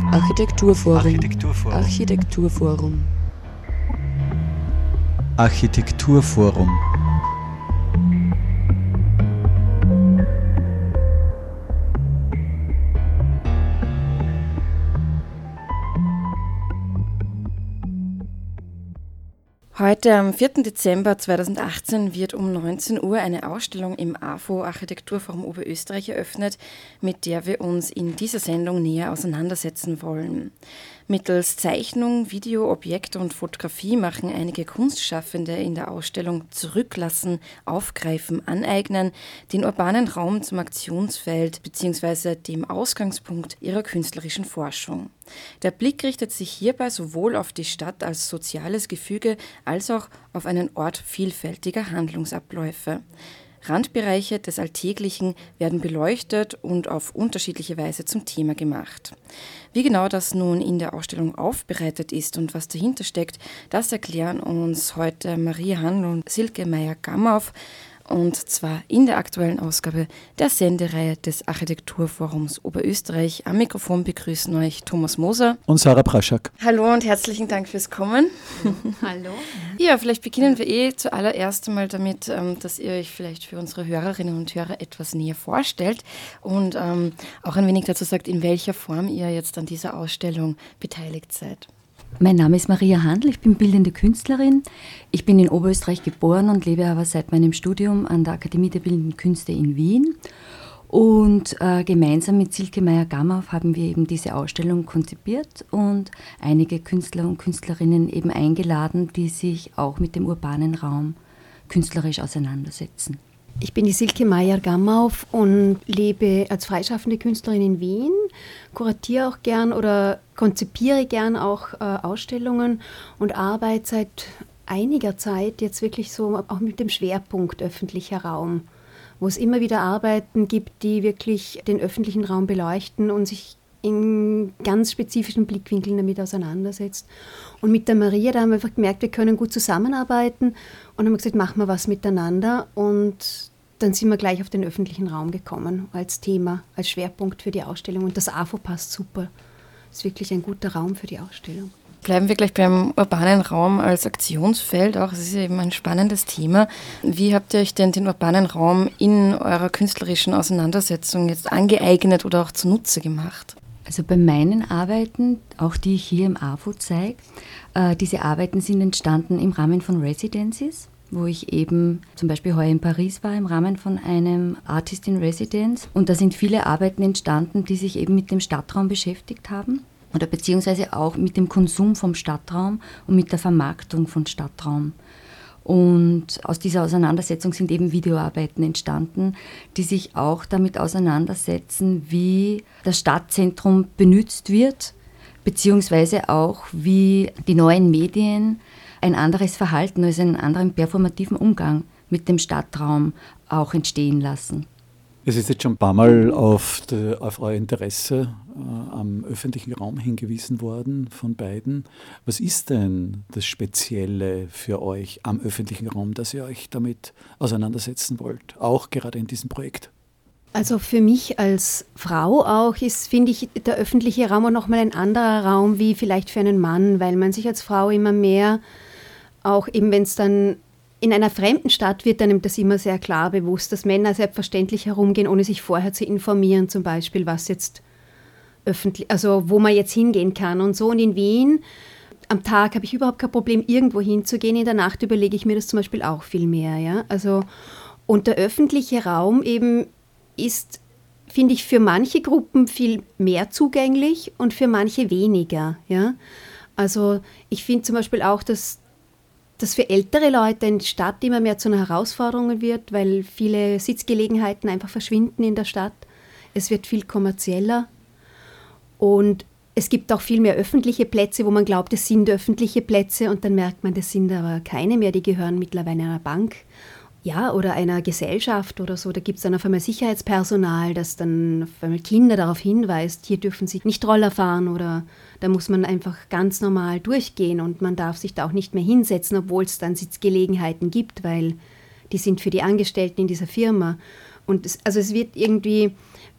Architekturforum. Architekturforum. Heute am 4. Dezember 2018 wird um 19 Uhr eine Ausstellung im AFO Architekturforum Oberösterreich eröffnet, mit der wir uns in dieser Sendung näher auseinandersetzen wollen. Mittels Zeichnung, Video, Objekte und Fotografie machen einige Kunstschaffende in der Ausstellung Zurücklassen, Aufgreifen, Aneignen den urbanen Raum zum Aktionsfeld bzw. dem Ausgangspunkt ihrer künstlerischen Forschung. Der Blick richtet sich hierbei sowohl auf die Stadt als soziales Gefüge als auch auf einen Ort vielfältiger Handlungsabläufe. Randbereiche des Alltäglichen werden beleuchtet und auf unterschiedliche Weise zum Thema gemacht. Wie genau das nun in der Ausstellung aufbereitet ist und was dahinter steckt, das erklären uns heute Maria Handl und Silke Meyer-Gammauf, und zwar in der aktuellen Ausgabe der Sendereihe des Architekturforums Oberösterreich. Am Mikrofon begrüßen euch Thomas Moser und Sarah Praschak. Hallo und herzlichen Dank fürs Kommen. Hallo. Ja, vielleicht beginnen wir zuallererst einmal damit, dass ihr euch vielleicht für unsere Hörerinnen und Hörer etwas näher vorstellt und auch ein wenig dazu sagt, in welcher Form ihr jetzt an dieser Ausstellung beteiligt seid. Mein Name ist Maria Handl, ich bin bildende Künstlerin. Ich bin in Oberösterreich geboren und lebe aber seit meinem Studium an der Akademie der Bildenden Künste in Wien. Und gemeinsam mit Silke Meyer-Gammauf haben wir eben diese Ausstellung konzipiert und einige Künstler und Künstlerinnen eben eingeladen, die sich auch mit dem urbanen Raum künstlerisch auseinandersetzen. Ich bin die Silke Meyer-Gammauf und lebe als freischaffende Künstlerin in Wien, kuratiere auch gern oder konzipiere gern auch Ausstellungen und arbeite seit einiger Zeit jetzt wirklich so auch mit dem Schwerpunkt öffentlicher Raum, wo es immer wieder Arbeiten gibt, die wirklich den öffentlichen Raum beleuchten und sich in ganz spezifischen Blickwinkeln damit auseinandersetzt. Und mit der Maria, da haben wir einfach gemerkt, wir können gut zusammenarbeiten und haben gesagt, machen wir was miteinander. Und dann sind wir gleich auf den öffentlichen Raum gekommen als Thema, als Schwerpunkt für die Ausstellung. Und das AFO passt super. Ist wirklich ein guter Raum für die Ausstellung. Bleiben wir gleich beim urbanen Raum als Aktionsfeld auch. Es ist ja eben ein spannendes Thema. Wie habt ihr euch denn den urbanen Raum in eurer künstlerischen Auseinandersetzung jetzt angeeignet oder auch zunutze gemacht? Also bei meinen Arbeiten, auch die ich hier im AFO zeige, diese Arbeiten sind entstanden im Rahmen von Residencies, wo ich eben zum Beispiel heuer in Paris war, im Rahmen von einem Artist in Residence. Und da sind viele Arbeiten entstanden, die sich eben mit dem Stadtraum beschäftigt haben oder beziehungsweise auch mit dem Konsum vom Stadtraum und mit der Vermarktung von Stadtraum. Und aus dieser Auseinandersetzung sind eben Videoarbeiten entstanden, die sich auch damit auseinandersetzen, wie das Stadtzentrum benutzt wird, beziehungsweise auch wie die neuen Medien ein anderes Verhalten, also einen anderen performativen Umgang mit dem Stadtraum auch entstehen lassen. Es ist jetzt schon ein paar Mal auf euer Interesse am öffentlichen Raum hingewiesen worden von beiden. Was ist denn das Spezielle für euch am öffentlichen Raum, dass ihr euch damit auseinandersetzen wollt, auch gerade in diesem Projekt? Also für mich als Frau auch finde ich, der öffentliche Raum auch nochmal ein anderer Raum wie vielleicht für einen Mann, weil man sich als Frau immer mehr, auch eben wenn es dann in einer fremden Stadt wird einem das immer sehr klar bewusst, dass Männer selbstverständlich herumgehen, ohne sich vorher zu informieren, zum Beispiel, was jetzt öffentlich, also wo man jetzt hingehen kann und so. Und in Wien, am Tag habe ich überhaupt kein Problem, irgendwo hinzugehen. In der Nacht überlege ich mir das zum Beispiel auch viel mehr. Ja? Also, und der öffentliche Raum eben ist, finde ich, für manche Gruppen viel mehr zugänglich und für manche weniger. Ja? Also ich finde zum Beispiel auch, dass für ältere Leute eine Stadt immer mehr zu einer Herausforderung wird, weil viele Sitzgelegenheiten einfach verschwinden in der Stadt. Es wird viel kommerzieller und es gibt auch viel mehr öffentliche Plätze, wo man glaubt, es sind öffentliche Plätze und dann merkt man, das sind aber keine mehr, die gehören mittlerweile einer Bank, ja, oder einer Gesellschaft oder so. Da gibt es dann auf einmal Sicherheitspersonal, das dann auf einmal Kinder darauf hinweist, hier dürfen sie nicht Roller fahren oder da muss man einfach ganz normal durchgehen und man darf sich da auch nicht mehr hinsetzen, obwohl es dann Sitzgelegenheiten gibt, weil die sind für die Angestellten in dieser Firma. Und es wird irgendwie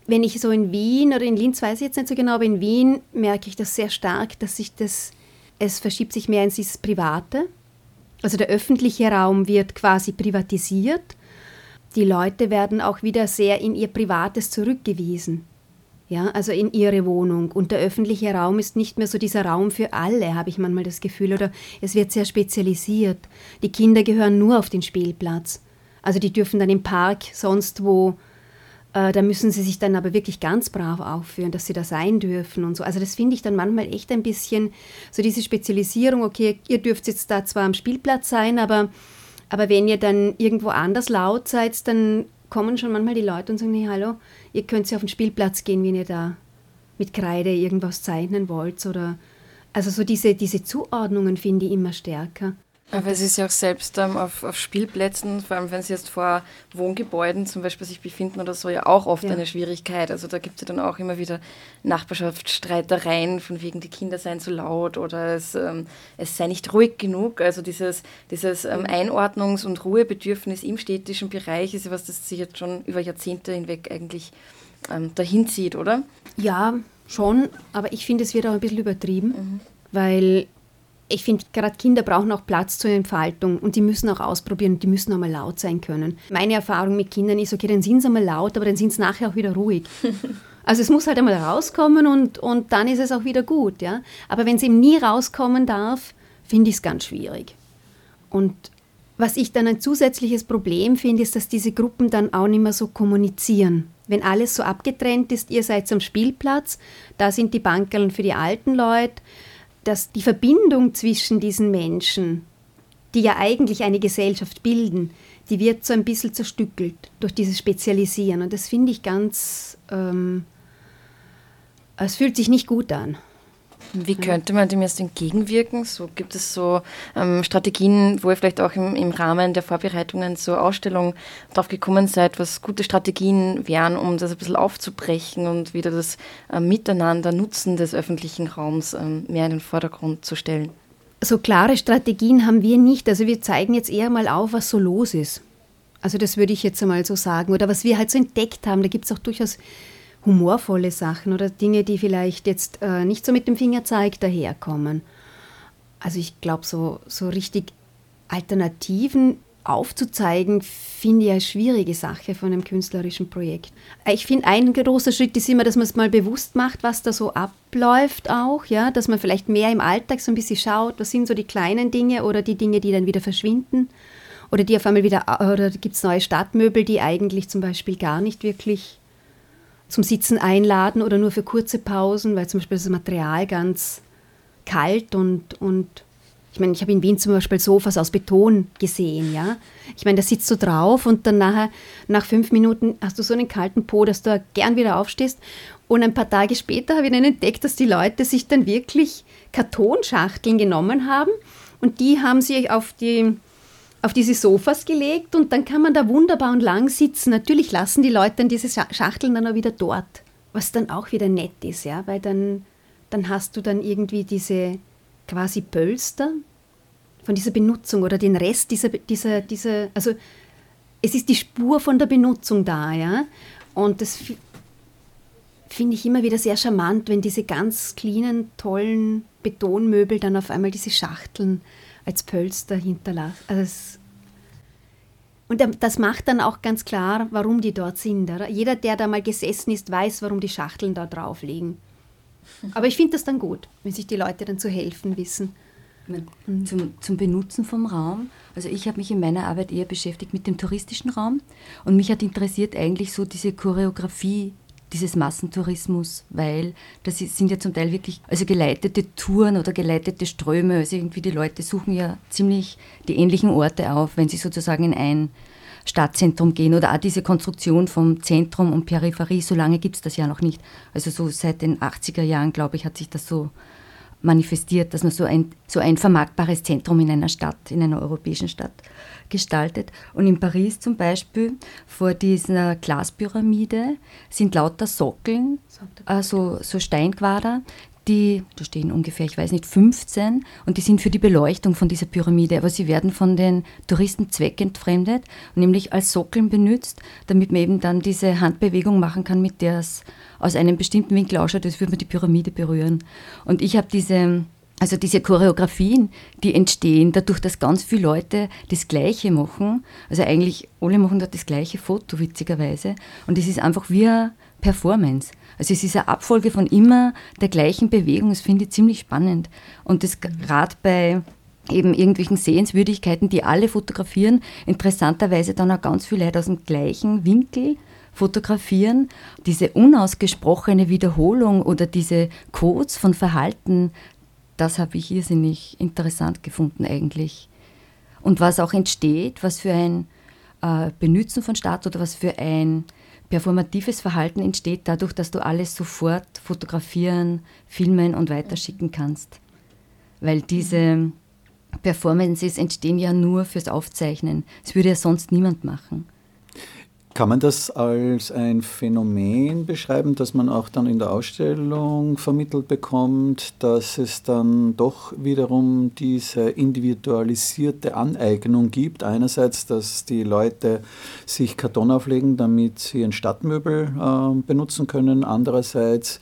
wenn ich so in Wien oder in Linz, weiß ich jetzt nicht so genau, aber in Wien merke ich das sehr stark, dass es verschiebt sich mehr in dieses Private. Also der öffentliche Raum wird quasi privatisiert. Die Leute werden auch wieder sehr in ihr Privates zurückgewiesen. Ja, also in ihre Wohnung. Und der öffentliche Raum ist nicht mehr so dieser Raum für alle, habe ich manchmal das Gefühl. Oder es wird sehr spezialisiert. Die Kinder gehören nur auf den Spielplatz. Also die dürfen dann im Park, sonst wo, da müssen sie sich dann aber wirklich ganz brav aufführen, dass sie da sein dürfen und so. Also das finde ich dann manchmal echt ein bisschen so diese Spezialisierung. Okay, ihr dürft jetzt da zwar am Spielplatz sein, aber wenn ihr dann irgendwo anders laut seid, dann kommen schon manchmal die Leute und sagen, hey, hallo, ihr könnt ja auf den Spielplatz gehen, wenn ihr da mit Kreide irgendwas zeichnen wollt. Oder, also so diese Zuordnungen finde ich immer stärker. Aber es ist ja auch selbst auf Spielplätzen, vor allem wenn sie jetzt vor Wohngebäuden zum Beispiel sich befinden oder so, ja auch oft eine Schwierigkeit. Also da gibt es ja dann auch immer wieder Nachbarschaftsstreitereien, von wegen die Kinder seien zu laut oder es sei nicht ruhig genug. Also dieses Einordnungs- und Ruhebedürfnis im städtischen Bereich ist ja was, das sich jetzt schon über Jahrzehnte hinweg eigentlich dahin zieht, oder? Ja, schon, aber ich finde, es wird auch ein bisschen übertrieben, weil ich finde, gerade Kinder brauchen auch Platz zur Entfaltung und die müssen auch ausprobieren, die müssen auch mal laut sein können. Meine Erfahrung mit Kindern ist, okay, dann sind sie mal laut, aber dann sind sie nachher auch wieder ruhig. Also es muss halt einmal rauskommen und dann ist es auch wieder gut. Ja? Aber wenn es eben nie rauskommen darf, finde ich es ganz schwierig. Und was ich dann ein zusätzliches Problem finde, ist, dass diese Gruppen dann auch nicht mehr so kommunizieren. Wenn alles so abgetrennt ist, ihr seid am Spielplatz, da sind die Bankerln für die alten Leute, dass die Verbindung zwischen diesen Menschen, die ja eigentlich eine Gesellschaft bilden, die wird so ein bisschen zerstückelt durch dieses Spezialisieren. Und das finde ich ganz, es fühlt sich nicht gut an. Wie könnte man dem jetzt entgegenwirken? So, gibt es so Strategien, wo ihr vielleicht auch im Rahmen der Vorbereitungen zur Ausstellung drauf gekommen seid, was gute Strategien wären, um das ein bisschen aufzubrechen und wieder das Miteinander Nutzen des öffentlichen Raums mehr in den Vordergrund zu stellen? So klare Strategien haben wir nicht. Also wir zeigen jetzt eher mal auf, was so los ist. Also das würde ich jetzt einmal so sagen. Oder was wir halt so entdeckt haben. Da gibt es auch durchaus humorvolle Sachen oder Dinge, die vielleicht jetzt nicht so mit dem Fingerzeig daherkommen. Also ich glaube, so richtig Alternativen aufzuzeigen, finde ich eine schwierige Sache von einem künstlerischen Projekt. Ich finde, ein großer Schritt ist immer, dass man es mal bewusst macht, was da so abläuft auch, ja, dass man vielleicht mehr im Alltag so ein bisschen schaut, was sind so die kleinen Dinge oder die Dinge, die dann wieder verschwinden oder die auf einmal wieder, oder gibt es neue Stadtmöbel, die eigentlich zum Beispiel gar nicht wirklich zum Sitzen einladen oder nur für kurze Pausen, weil zum Beispiel das Material ganz kalt und ich meine, ich habe in Wien zum Beispiel Sofas aus Beton gesehen, ja. Ich meine, da sitzt du drauf und dann nachher, nach 5 Minuten hast du so einen kalten Po, dass du gern wieder aufstehst. Und ein paar Tage später habe ich dann entdeckt, dass die Leute sich dann wirklich Kartonschachteln genommen haben und die haben sie auf diese Sofas gelegt und dann kann man da wunderbar und lang sitzen. Natürlich lassen die Leute dann diese Schachteln dann auch wieder dort, was dann auch wieder nett ist, ja, weil dann hast du dann irgendwie diese quasi Pölster von dieser Benutzung oder den Rest dieser, also es ist die Spur von der Benutzung da, ja, und das finde ich immer wieder sehr charmant, wenn diese ganz cleanen, tollen Betonmöbel dann auf einmal diese Schachteln als Pölster hinterlassen. Also und das macht dann auch ganz klar, warum die dort sind. Oder? Jeder, der da mal gesessen ist, weiß, warum die Schachteln da drauf liegen. Aber ich finde das dann gut, wenn sich die Leute dann zu helfen wissen. Zum Benutzen vom Raum. Also ich habe mich in meiner Arbeit eher beschäftigt mit dem touristischen Raum und mich hat interessiert eigentlich so diese Choreografie dieses Massentourismus, weil das sind ja zum Teil wirklich also geleitete Touren oder geleitete Ströme. Also irgendwie die Leute suchen ja ziemlich die ähnlichen Orte auf, wenn sie sozusagen in ein Stadtzentrum gehen oder auch diese Konstruktion vom Zentrum und Peripherie, so lange gibt es das ja noch nicht. Also so seit den 80er Jahren, glaube ich, hat sich das so manifestiert, dass man so ein vermarktbares Zentrum in einer Stadt, in einer europäischen Stadt gestaltet. Und in Paris zum Beispiel vor dieser Glaspyramide sind lauter Sockeln, so Steinquader, da stehen ungefähr, ich weiß nicht, 15 und die sind für die Beleuchtung von dieser Pyramide, aber sie werden von den Touristen zweckentfremdet, nämlich als Sockeln benutzt, damit man eben dann diese Handbewegung machen kann, mit der es aus einem bestimmten Winkel ausschaut, als würde man die Pyramide berühren. Und ich habe diese Choreografien, die entstehen, dadurch, dass ganz viele Leute das Gleiche machen, also eigentlich alle machen dort das gleiche Foto, witzigerweise, und es ist einfach wie eine Performance. Also es ist eine Abfolge von immer der gleichen Bewegung, das finde ich ziemlich spannend. Und das gerade bei eben irgendwelchen Sehenswürdigkeiten, die alle fotografieren, interessanterweise dann auch ganz viele Leute aus dem gleichen Winkel fotografieren. Diese unausgesprochene Wiederholung oder diese Codes von Verhalten, das habe ich irrsinnig interessant gefunden eigentlich. Und was auch entsteht, was für ein Benutzen von Stadt oder was für ein performatives Verhalten entsteht dadurch, dass du alles sofort fotografieren, filmen und weiterschicken kannst. Weil diese Performances entstehen ja nur fürs Aufzeichnen. Das würde ja sonst niemand machen. Kann man das als ein Phänomen beschreiben, das man auch dann in der Ausstellung vermittelt bekommt, dass es dann doch wiederum diese individualisierte Aneignung gibt? Einerseits, dass die Leute sich Karton auflegen, damit sie ein Stadtmöbel benutzen können. Andererseits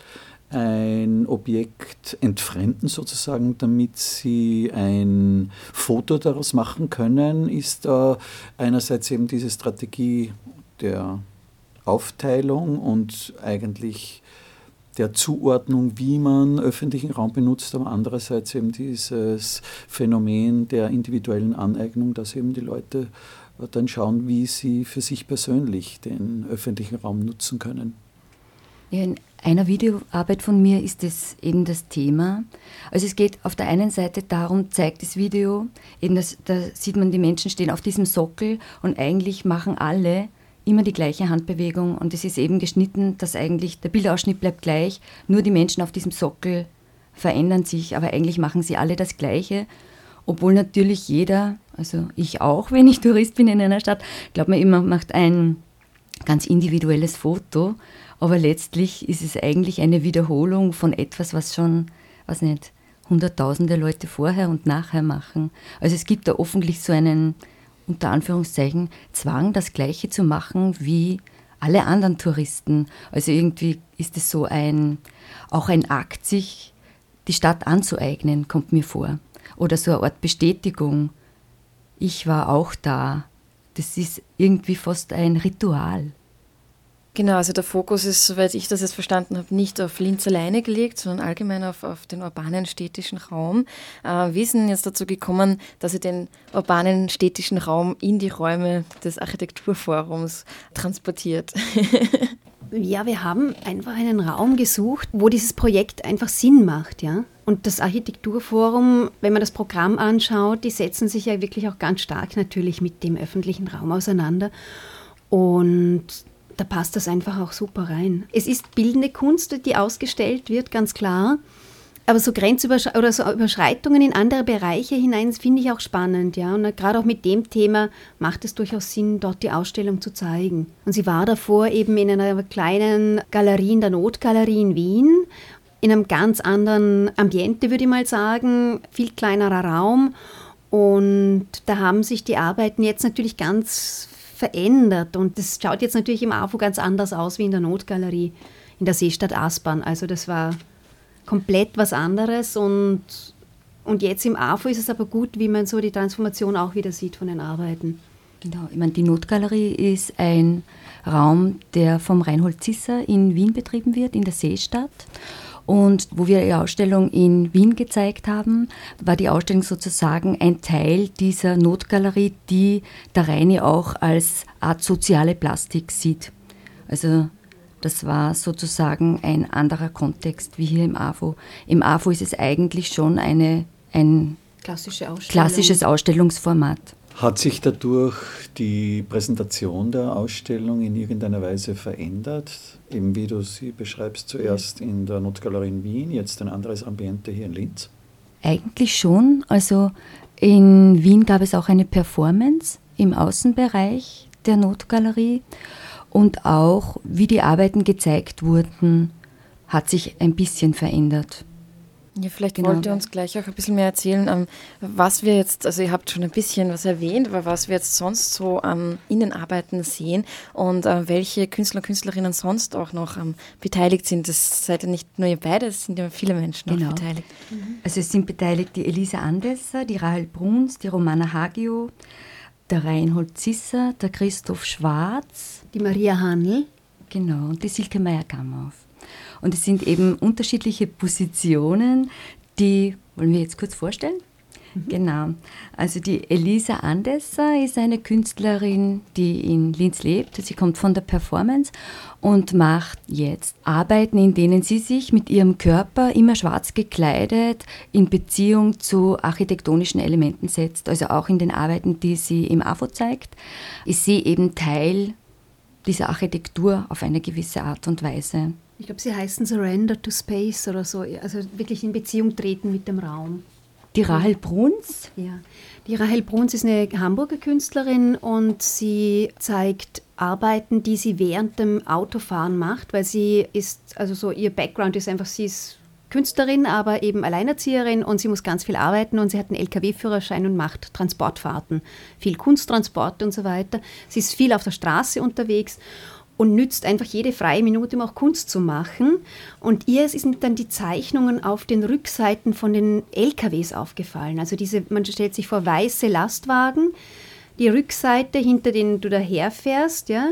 ein Objekt entfremden sozusagen, damit sie ein Foto daraus machen können. Ist da einerseits eben diese Strategie der Aufteilung und eigentlich der Zuordnung, wie man öffentlichen Raum benutzt, aber andererseits eben dieses Phänomen der individuellen Aneignung, dass eben die Leute dann schauen, wie sie für sich persönlich den öffentlichen Raum nutzen können. Ja, in einer Videoarbeit von mir ist das eben das Thema. Also es geht auf der einen Seite darum, zeigt das Video, eben da sieht man, die Menschen stehen auf diesem Sockel und eigentlich machen alle immer die gleiche Handbewegung und es ist eben geschnitten, dass eigentlich der Bildausschnitt bleibt gleich, nur die Menschen auf diesem Sockel verändern sich, aber eigentlich machen sie alle das Gleiche, obwohl natürlich jeder, also ich auch, wenn ich Tourist bin in einer Stadt, glaubt man immer, macht ein ganz individuelles Foto, aber letztlich ist es eigentlich eine Wiederholung von etwas, was schon, weiß nicht, hunderttausende Leute vorher und nachher machen. Also es gibt da offensichtlich so einen, unter Anführungszeichen, Zwang, das Gleiche zu machen wie alle anderen Touristen. Also irgendwie ist es so auch ein Akt, sich die Stadt anzueignen, kommt mir vor. Oder so eine Art Bestätigung. Ich war auch da. Das ist irgendwie fast ein Ritual. Genau, also der Fokus ist, soweit ich das jetzt verstanden habe, nicht auf Linz alleine gelegt, sondern allgemein auf den urbanen städtischen Raum. Wie ist denn jetzt dazu gekommen, dass ihr den urbanen städtischen Raum in die Räume des Architekturforums transportiert? Ja, wir haben einfach einen Raum gesucht, wo dieses Projekt einfach Sinn macht, ja. Und das Architekturforum, wenn man das Programm anschaut, die setzen sich ja wirklich auch ganz stark natürlich mit dem öffentlichen Raum auseinander. Und da passt das einfach auch super rein. Es ist bildende Kunst, die ausgestellt wird, ganz klar. Aber so Überschreitungen in andere Bereiche hinein finde ich auch spannend. Ja? Und gerade auch mit dem Thema macht es durchaus Sinn, dort die Ausstellung zu zeigen. Und sie war davor eben in einer kleinen Galerie, in der Notgalerie in Wien, in einem ganz anderen Ambiente, würde ich mal sagen, viel kleinerer Raum. Und da haben sich die Arbeiten jetzt natürlich ganz verändert und das schaut jetzt natürlich im AFO ganz anders aus wie in der Notgalerie in der Seestadt Aspern. Also das war komplett was anderes und jetzt im AFO ist es aber gut, wie man so die Transformation auch wieder sieht von den Arbeiten. Genau, ich meine, die Notgalerie ist ein Raum, der vom Reinhold Zisser in Wien betrieben wird, in der Seestadt. Und wo wir die Ausstellung in Wien gezeigt haben, war die Ausstellung sozusagen ein Teil dieser Notgalerie, die der Reini auch als Art soziale Plastik sieht. Also das war sozusagen ein anderer Kontext wie hier im AFO. Im AFO ist es eigentlich schon ein klassisches Ausstellungsformat. Hat sich dadurch die Präsentation der Ausstellung in irgendeiner Weise verändert? Eben wie du sie beschreibst, zuerst in der Notgalerie in Wien, jetzt ein anderes Ambiente hier in Linz? Eigentlich schon. Also in Wien gab es auch eine Performance im Außenbereich der Notgalerie und auch, wie die Arbeiten gezeigt wurden, hat sich ein bisschen verändert. Ja, vielleicht wollt ihr uns gleich auch ein bisschen mehr erzählen, was wir jetzt, also ihr habt schon ein bisschen was erwähnt, aber was wir jetzt sonst so in den Arbeiten sehen und welche Künstler und Künstlerinnen sonst auch noch beteiligt sind. Das seid ja nicht nur ihr beide, es sind ja viele Menschen auch beteiligt. Also es sind beteiligt die Elisa Andesser, die Rahel Bruns, die Romana Hagio, der Reinhold Zisser, der Christoph Schwarz, die Maria Hanl, genau, und die Silke Meyer-Gammauf. Und es sind eben unterschiedliche Positionen, die, wollen wir jetzt kurz vorstellen? Genau, also die Elisa Andesser ist eine Künstlerin, die in Linz lebt. Sie kommt von der Performance und macht jetzt Arbeiten, in denen sie sich mit ihrem Körper immer schwarz gekleidet in Beziehung zu architektonischen Elementen setzt. Also auch in den Arbeiten, die sie im AFO zeigt, ist sie eben Teil dieser Architektur auf eine gewisse Art und Weise. Ich glaube, sie heißen Surrender to Space oder so, also wirklich in Beziehung treten mit dem Raum. Die Rahel Bruns? Ja, die Rahel Bruns ist eine Hamburger Künstlerin und sie zeigt Arbeiten, die sie während dem Autofahren macht, weil sie ist, also so ihr Background ist einfach, sie ist Künstlerin, aber eben Alleinerzieherin und sie muss ganz viel arbeiten und sie hat einen LKW-Führerschein und macht Transportfahrten, viel Kunsttransporte und so weiter. Sie ist viel auf der Straße unterwegs und nützt einfach jede freie Minute, um auch Kunst zu machen. Und ihr sind dann die Zeichnungen auf den Rückseiten von den LKWs aufgefallen. Also man stellt sich vor weiße Lastwagen, die Rückseite, hinter denen du daherfährst, ja,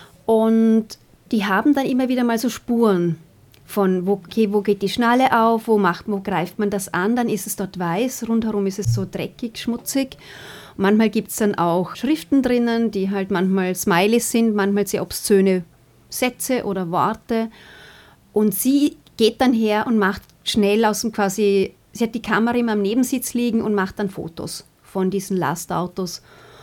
und die haben dann immer wieder mal so Spuren von, wo geht die Schnalle auf, wo greift man das an, dann ist es dort weiß, rundherum ist es so dreckig, schmutzig. Manchmal gibt es dann auch Schriften drinnen, die halt manchmal Smileys sind, manchmal sehr obszöne Sätze oder Worte. Und sie geht dann her und macht schnell sie hat die Kamera immer am Nebensitz liegen und macht dann Fotos von diesen Lastautos.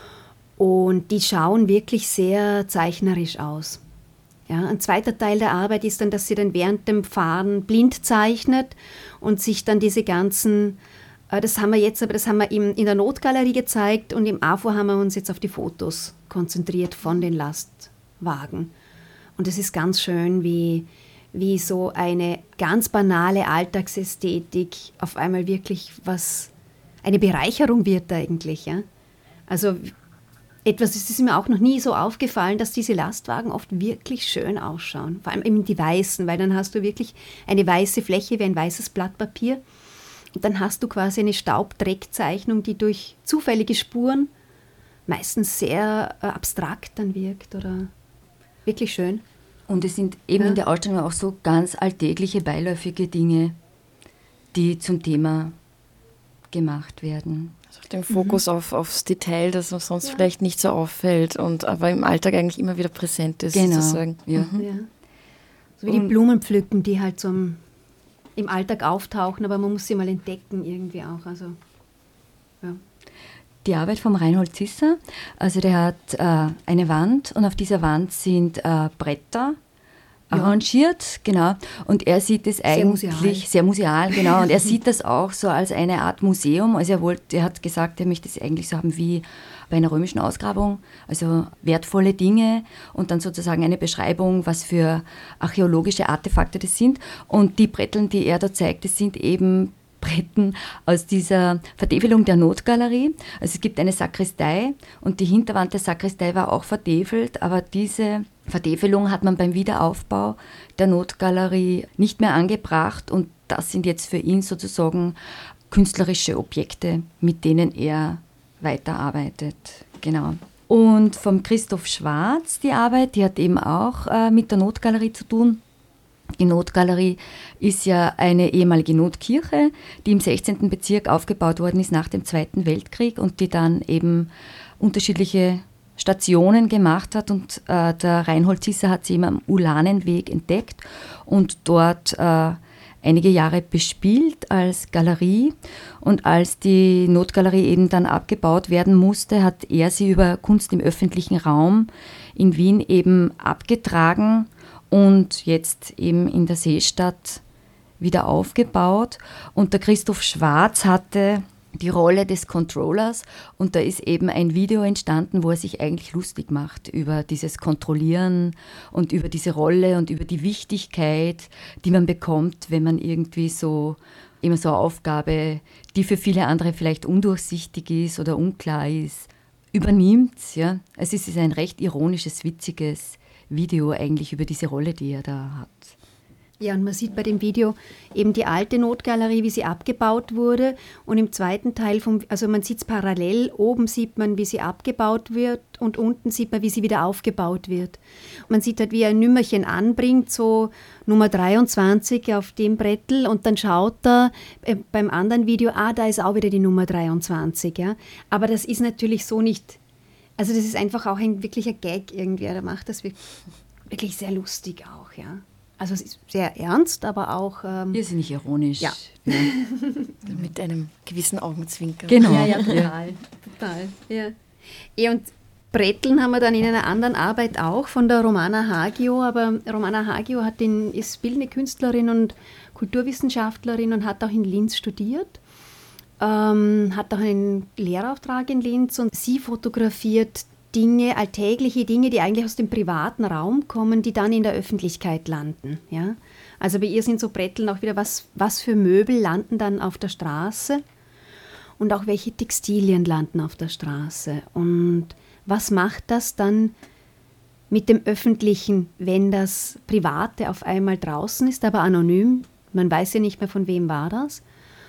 Und die schauen wirklich sehr zeichnerisch aus. Ja, ein zweiter Teil der Arbeit ist dann, dass sie dann während dem Fahren blind zeichnet und sich dann diese ganzen... Das haben wir in der Notgalerie gezeigt und im AFO haben wir uns jetzt auf die Fotos konzentriert von den Lastwagen. Und es ist ganz schön, wie so eine ganz banale Alltagsästhetik auf einmal wirklich eine Bereicherung wird eigentlich. Ja? Also es ist mir auch noch nie so aufgefallen, dass diese Lastwagen oft wirklich schön ausschauen. Vor allem eben die weißen, weil dann hast du wirklich eine weiße Fläche wie ein weißes Blatt Papier. Und dann hast du quasi eine Staubdreckzeichnung, die durch zufällige Spuren meistens sehr abstrakt dann wirkt oder wirklich schön. Und es sind eben in der Ausstellung auch so ganz alltägliche, beiläufige Dinge, die zum Thema gemacht werden. Also den Fokus aufs Detail, das uns sonst vielleicht nicht so auffällt, aber im Alltag eigentlich immer wieder präsent ist, sozusagen. Ja. Ja. So wie die Blumenpflücken, die halt so im Alltag auftauchen, aber man muss sie mal entdecken irgendwie auch. Also, ja. Die Arbeit vom Reinhold Zisser, also der hat eine Wand und auf dieser Wand sind Bretter arrangiert, genau. Und er sieht es eigentlich sehr museal, genau. Und er sieht das auch so als eine Art Museum. Also er hat gesagt, er möchte es eigentlich so haben wie bei einer römischen Ausgrabung, also wertvolle Dinge und dann sozusagen eine Beschreibung, was für archäologische Artefakte das sind. Und die Bretteln, die er da zeigt, das sind eben Bretten aus dieser Vertäfelung der Notgalerie. Also es gibt eine Sakristei und die Hinterwand der Sakristei war auch vertäfelt, aber diese Vertäfelung hat man beim Wiederaufbau der Notgalerie nicht mehr angebracht und das sind jetzt für ihn sozusagen künstlerische Objekte, mit denen er weiterarbeitet. Genau. Und vom Christoph Schwarz die Arbeit, die hat eben auch mit der Notgalerie zu tun. Die Notgalerie ist ja eine ehemalige Notkirche, die im 16. Bezirk aufgebaut worden ist nach dem Zweiten Weltkrieg und die dann eben unterschiedliche Stationen gemacht hat. Und der Reinhold Zisser hat sie eben am Ulanenweg entdeckt und dort einige Jahre bespielt als Galerie. Und als die Notgalerie eben dann abgebaut werden musste, hat er sie über Kunst im öffentlichen Raum in Wien eben abgetragen und jetzt eben in der Seestadt wieder aufgebaut. Und der Christoph Schwarz hatte die Rolle des Controllers und da ist eben ein Video entstanden, wo er sich eigentlich lustig macht über dieses Kontrollieren und über diese Rolle und über die Wichtigkeit, die man bekommt, wenn man irgendwie so immer so eine Aufgabe, die für viele andere vielleicht undurchsichtig ist oder unklar ist, übernimmt. Ja. Also es ist ein recht ironisches, witziges Video eigentlich über diese Rolle, die er da hat. Ja, und man sieht bei dem Video eben die alte Notgalerie, wie sie abgebaut wurde. Und im zweiten Teil, also man sieht es parallel, oben sieht man, wie sie abgebaut wird und unten sieht man, wie sie wieder aufgebaut wird. Und man sieht halt, wie er ein Nümmerchen anbringt, so Nummer 23 auf dem Brettel und dann schaut er beim anderen Video, da ist auch wieder die Nummer 23. Ja? Aber das ist natürlich so nicht, also das ist einfach auch ein wirklicher Gag irgendwie, er macht das wirklich sehr lustig auch, ja. Also es ist sehr ernst, aber auch... irrsinnig ironisch. Ja. Ja. Mit einem gewissen Augenzwinkern. Genau. Ja, total. Ja. Und Bretteln haben wir dann in einer anderen Arbeit auch von der Romana Hagio, aber Romana Hagio ist bildende Künstlerin und Kulturwissenschaftlerin und hat auch in Linz studiert, hat auch einen Lehrauftrag in Linz und sie fotografiert Dinge, alltägliche Dinge, die eigentlich aus dem privaten Raum kommen, die dann in der Öffentlichkeit landen. Ja? Also bei ihr sind so Bretteln auch wieder, was für Möbel landen dann auf der Straße und auch welche Textilien landen auf der Straße. Und was macht das dann mit dem Öffentlichen, wenn das Private auf einmal draußen ist, aber anonym? Man weiß ja nicht mehr, von wem war das.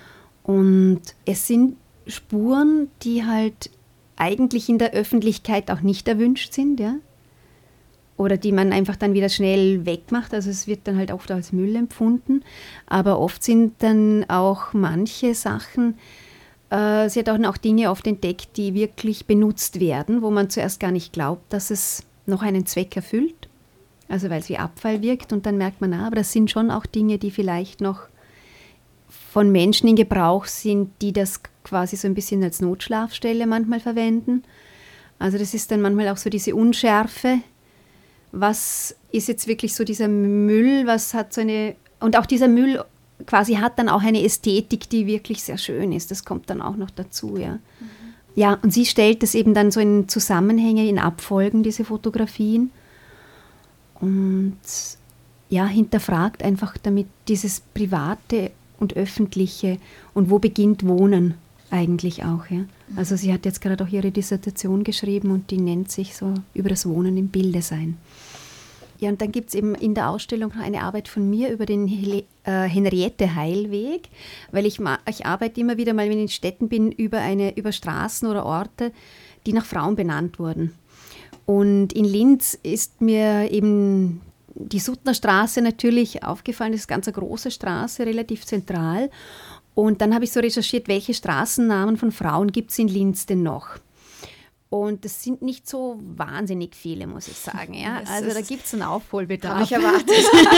Und es sind Spuren, die halt eigentlich in der Öffentlichkeit auch nicht erwünscht sind, ja? Oder die man einfach dann wieder schnell wegmacht, also es wird dann halt oft als Müll empfunden, aber oft sind dann auch manche Sachen, sie hat auch Dinge oft entdeckt, die wirklich benutzt werden, wo man zuerst gar nicht glaubt, dass es noch einen Zweck erfüllt, also weil es wie Abfall wirkt und dann merkt man, aber das sind schon auch Dinge, die vielleicht noch von Menschen in Gebrauch sind, die das quasi so ein bisschen als Notschlafstelle manchmal verwenden. Also das ist dann manchmal auch so diese Unschärfe. Was ist jetzt wirklich so dieser Müll, was hat so eine... Und auch dieser Müll quasi hat dann auch eine Ästhetik, die wirklich sehr schön ist. Das kommt dann auch noch dazu, ja. Ja, und sie stellt das eben dann so in Zusammenhänge, in Abfolgen, diese Fotografien. Und ja, hinterfragt einfach damit dieses Private und Öffentliche und wo beginnt Wohnen eigentlich auch. Ja? Also sie hat jetzt gerade auch ihre Dissertation geschrieben und die nennt sich so über das Wohnen im Bilde sein. Ja, und dann gibt es eben in der Ausstellung noch eine Arbeit von mir über den Henriette-Heil-Weg, weil ich arbeite immer wieder mal, wenn ich in Städten bin, über Straßen oder Orte, die nach Frauen benannt wurden. Und in Linz ist mir eben die Suttner Straße natürlich aufgefallen, das ist eine ganz große Straße, relativ zentral. Und dann habe ich so recherchiert, welche Straßennamen von Frauen gibt es in Linz denn noch? Und das sind nicht so wahnsinnig viele, muss ich sagen. Ja? Also da gibt es einen Aufholbedarf. Habe ich erwartet.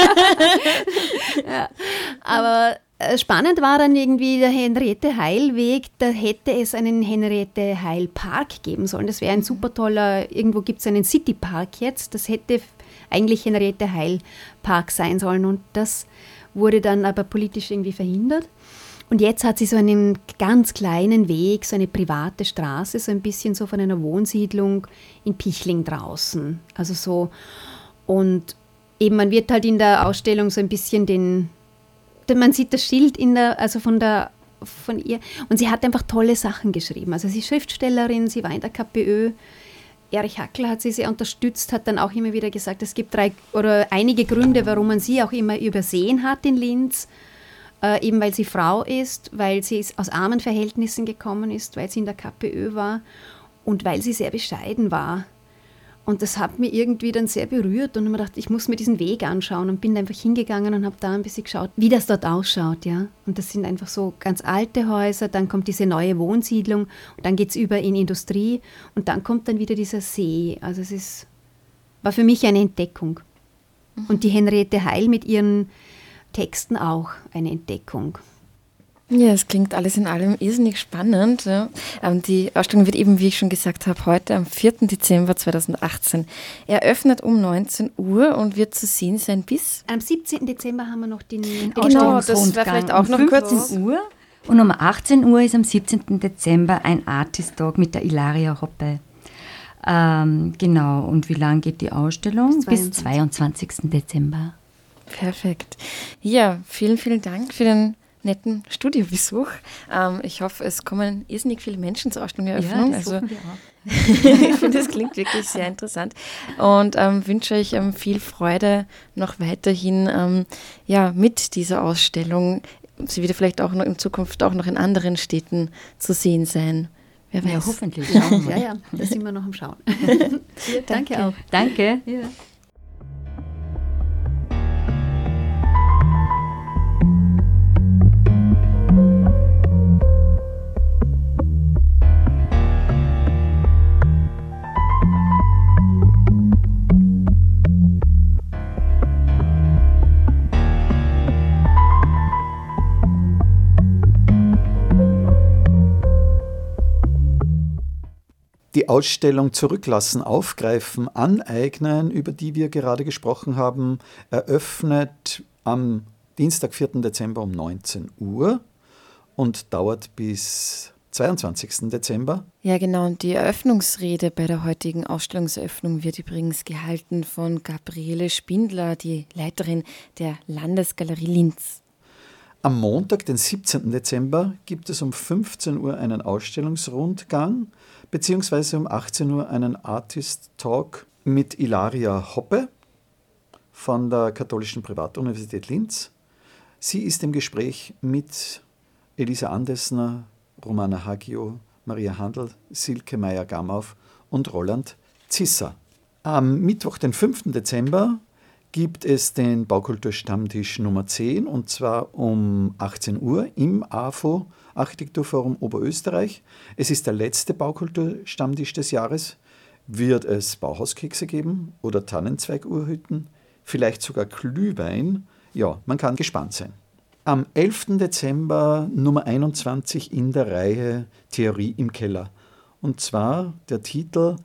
Ja. Aber spannend war dann irgendwie der Henriette-Heil-Weg, da hätte es einen Henriette-Heil-Park geben sollen. Das wäre ein super toller, irgendwo gibt es einen City-Park jetzt, das hätte eigentlich Henriette-Heil-Park sein sollen und das wurde dann aber politisch irgendwie verhindert. Und jetzt hat sie so einen ganz kleinen Weg, so eine private Straße, so ein bisschen so von einer Wohnsiedlung in Pichling draußen. Also so, und eben man wird halt in der Ausstellung so ein bisschen man sieht das Schild von ihr und sie hat einfach tolle Sachen geschrieben. Also sie ist Schriftstellerin, sie war in der KPÖ. Erich Hackl hat sie sehr unterstützt, hat dann auch immer wieder gesagt, es gibt einige Gründe, warum man sie auch immer übersehen hat in Linz. Eben weil sie Frau ist, weil sie aus armen Verhältnissen gekommen ist, weil sie in der KPÖ war und weil sie sehr bescheiden war. Und das hat mich irgendwie dann sehr berührt und ich mir gedacht, ich muss mir diesen Weg anschauen und bin einfach hingegangen und habe da ein bisschen geschaut, wie das dort ausschaut. Ja? Und das sind einfach so ganz alte Häuser, dann kommt diese neue Wohnsiedlung und dann geht es über in Industrie und dann kommt dann wieder dieser See. Also war für mich eine Entdeckung. Und die Henriette Heil mit ihren Texten auch eine Entdeckung. Ja, es klingt alles in allem irrsinnig spannend. Ja. Die Ausstellung wird eben, wie ich schon gesagt habe, heute am 4. Dezember 2018 eröffnet um 19 Uhr und wird zu sehen sein bis... Am 17. Dezember haben wir noch den Genau, das wäre vielleicht auch noch kurz... Uhr. Und um 18 Uhr ist am 17. Dezember ein Artist Talk mit der Ilaria Hoppe. Genau, und wie lange geht die Ausstellung? Bis 22. Dezember. Perfekt. Ja, vielen, vielen Dank für den netten Studiobesuch. Ich hoffe, es kommen irrsinnig viele Menschen zur Ausstellungseröffnung. Ja, das hoffen wir auch. Ich finde, das klingt wirklich sehr interessant und wünsche euch viel Freude noch weiterhin mit dieser Ausstellung. Sie wird vielleicht auch noch in Zukunft auch noch in anderen Städten zu sehen sein. Wer weiß. Ja, hoffentlich. Schauen wir mal. Ja, da sind wir noch am Schauen. Danke auch. Danke. Ja. Die Ausstellung Zurücklassen, Aufgreifen, Aneignen, über die wir gerade gesprochen haben, eröffnet am Dienstag, 4. Dezember um 19 Uhr und dauert bis 22. Dezember. Ja, genau. Und die Eröffnungsrede bei der heutigen Ausstellungseröffnung wird übrigens gehalten von Gabriele Spindler, die Leiterin der Landesgalerie Linz. Am Montag, den 17. Dezember, gibt es um 15 Uhr einen Ausstellungsrundgang beziehungsweise um 18 Uhr einen Artist Talk mit Ilaria Hoppe von der Katholischen Privatuniversität Linz. Sie ist im Gespräch mit Elisa Andesner, Romana Haggio, Maria Handl, Silke Meyer-Gammauf und Roland Zisser. Am Mittwoch, den 5. Dezember, gibt es den Baukulturstammtisch Nummer 10 und zwar um 18 Uhr im AFO Architekturforum Oberösterreich. Es ist der letzte Baukulturstammtisch des Jahres. Wird es Bauhauskekse geben oder Tannenzweigurhütten? Vielleicht sogar Glühwein? Ja, man kann gespannt sein. Am 11. Dezember Nummer 21 in der Reihe Theorie im Keller. Und zwar der Titel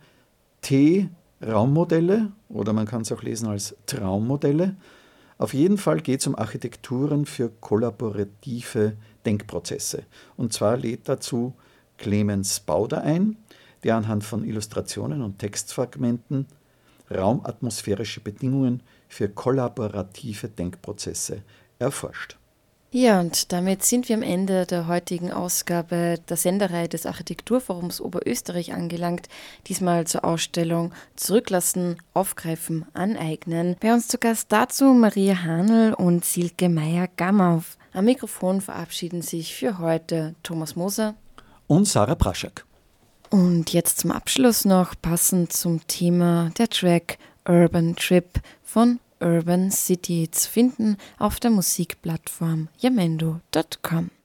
Raummodelle oder man kann es auch lesen als Traummodelle. Auf jeden Fall geht es um Architekturen für kollaborative Denkprozesse. Und zwar lädt dazu Clemens Bauder ein, der anhand von Illustrationen und Textfragmenten raumatmosphärische Bedingungen für kollaborative Denkprozesse erforscht. Ja, und damit sind wir am Ende der heutigen Ausgabe der Sendereihe des Architekturforums Oberösterreich angelangt. Diesmal zur Ausstellung Zurücklassen, Aufgreifen, Aneignen. Bei uns zu Gast dazu Maria Handl und Silke Meyer-Gammauf. Am Mikrofon verabschieden sich für heute Thomas Moser und Sarah Praschak. Und jetzt zum Abschluss noch passend zum Thema der Track Urban Trip von Urban City zu finden auf der Musikplattform jamendo.com.